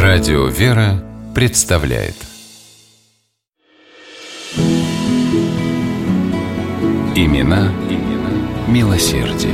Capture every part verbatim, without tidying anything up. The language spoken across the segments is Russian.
Радио «Вера» представляет Имена, имена милосердия.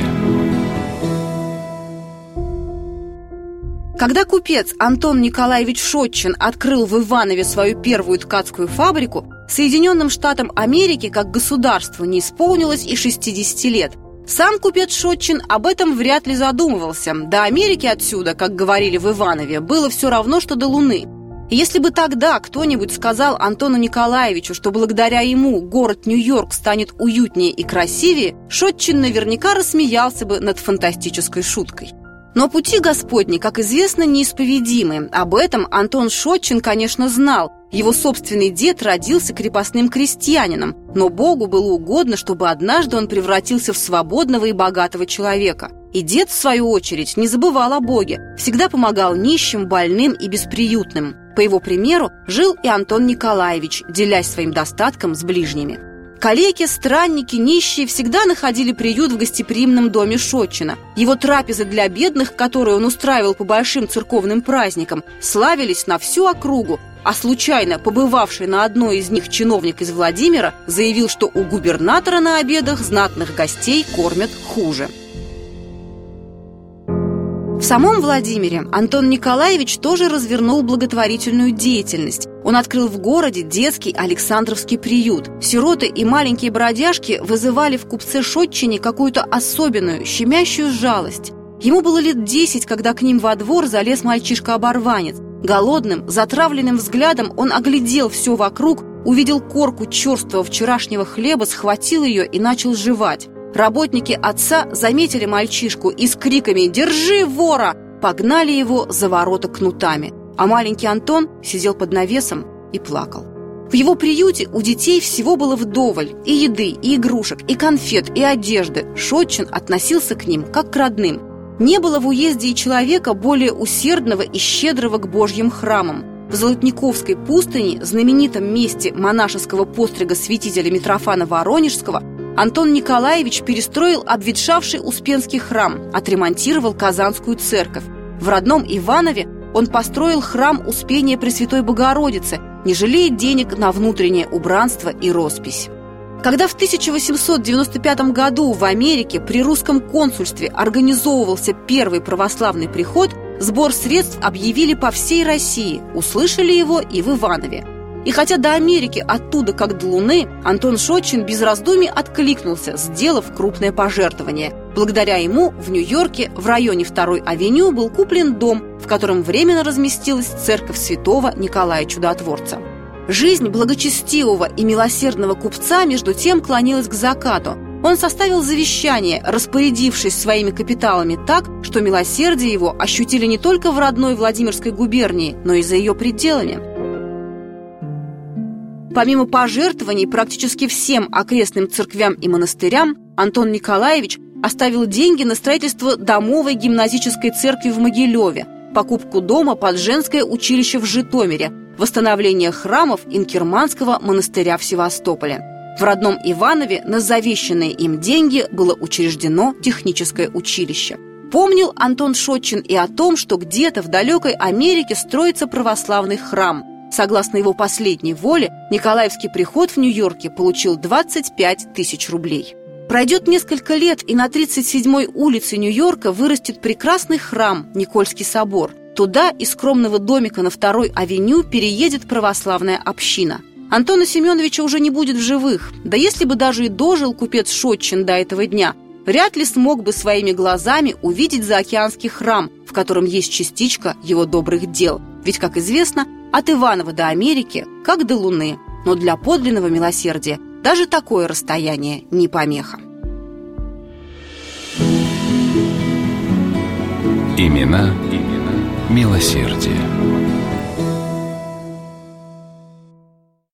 Когда купец Антон Николаевич Шотчин открыл в Иванове свою первую ткацкую фабрику, Соединенным Штатам Америки как государству не исполнилось и шестидесяти лет. Сам купец Шотчин об этом вряд ли задумывался. До Америки отсюда, как говорили в Иванове, было все равно, что до Луны. И если бы тогда кто-нибудь сказал Антону Николаевичу, что благодаря ему город Нью-Йорк станет уютнее и красивее, Шотчин наверняка рассмеялся бы над фантастической шуткой. Но пути Господни, как известно, неисповедимы. Об этом Антон Шотчин, конечно, знал. Его собственный дед родился крепостным крестьянином, но Богу было угодно, чтобы однажды он превратился в свободного и богатого человека. И дед, в свою очередь, не забывал о Боге, всегда помогал нищим, больным и бесприютным. По его примеру жил и Антон Николаевич, делясь своим достатком с ближними. Калеки, странники, нищие всегда находили приют в гостеприимном доме Шотчина. Его трапезы для бедных, которые он устраивал по большим церковным праздникам, славились на всю округу, а случайно побывавший на одной из них чиновник из Владимира заявил, что у губернатора на обедах знатных гостей кормят хуже. В самом Владимире Антон Николаевич тоже развернул благотворительную деятельность. Он открыл в городе детский Александровский приют. Сироты и маленькие бродяжки вызывали в купце Шотчине какую-то особенную, щемящую жалость. Ему было лет десять, когда к ним во двор залез мальчишка-оборванец. Голодным, затравленным взглядом он оглядел все вокруг, увидел корку черствого вчерашнего хлеба, схватил ее и начал жевать. Работники отца заметили мальчишку и с криками «Держи, вора!» погнали его за ворота кнутами. А маленький Антон сидел под навесом и плакал. В его приюте у детей всего было вдоволь: и еды, и игрушек, и конфет, и одежды. Шотчин относился к ним как к родным. Не было в уезде и человека более усердного и щедрого к Божьим храмам. В Золотниковской пустыне, знаменитом месте монашеского пострига святителя Митрофана Воронежского, Антон Николаевич перестроил обветшавший Успенский храм, отремонтировал Казанскую церковь. В родном Иванове он построил храм Успения Пресвятой Богородицы, не жалея денег на внутреннее убранство и роспись. Когда в тысяча восемьсот девяносто пятом году в Америке при русском консульстве организовывался первый православный приход, сбор средств объявили по всей России, услышали его и в Иванове. И хотя до Америки оттуда как до Луны, Антон Шотчин без раздумий откликнулся, сделав крупное пожертвование. Благодаря ему в Нью-Йорке в районе второй авеню был куплен дом, в котором временно разместилась церковь святого Николая Чудотворца. Жизнь благочестивого и милосердного купца между тем клонилась к закату. Он составил завещание, распорядившись своими капиталами так, что милосердие его ощутили не только в родной Владимирской губернии, но и за ее пределами. Помимо пожертвований практически всем окрестным церквям и монастырям, Антон Николаевич оставил деньги на строительство домовой гимназической церкви в Могилеве, покупку дома под женское училище в Житомире, восстановление храмов Инкерманского монастыря в Севастополе. В родном Иванове на завещанные им деньги было учреждено техническое училище. Помнил Антон Шотчин и о том, что где-то в далекой Америке строится православный храм. Согласно его последней воле, Николаевский приход в Нью-Йорке получил двадцать пять тысяч рублей. Пройдет несколько лет, и на тридцать седьмой улице Нью-Йорка вырастет прекрасный храм Никольский собор. Туда из скромного домика на второй авеню переедет православная община. Антона Семеновича уже не будет в живых. Да если бы даже и дожил купец Шотчин до этого дня, вряд ли смог бы своими глазами увидеть заокеанский храм, в котором есть частичка его добрых дел. Ведь, как известно, от Иванова до Америки, как до Луны. Но для подлинного милосердия даже такое расстояние не помеха. Имена, имена милосердия.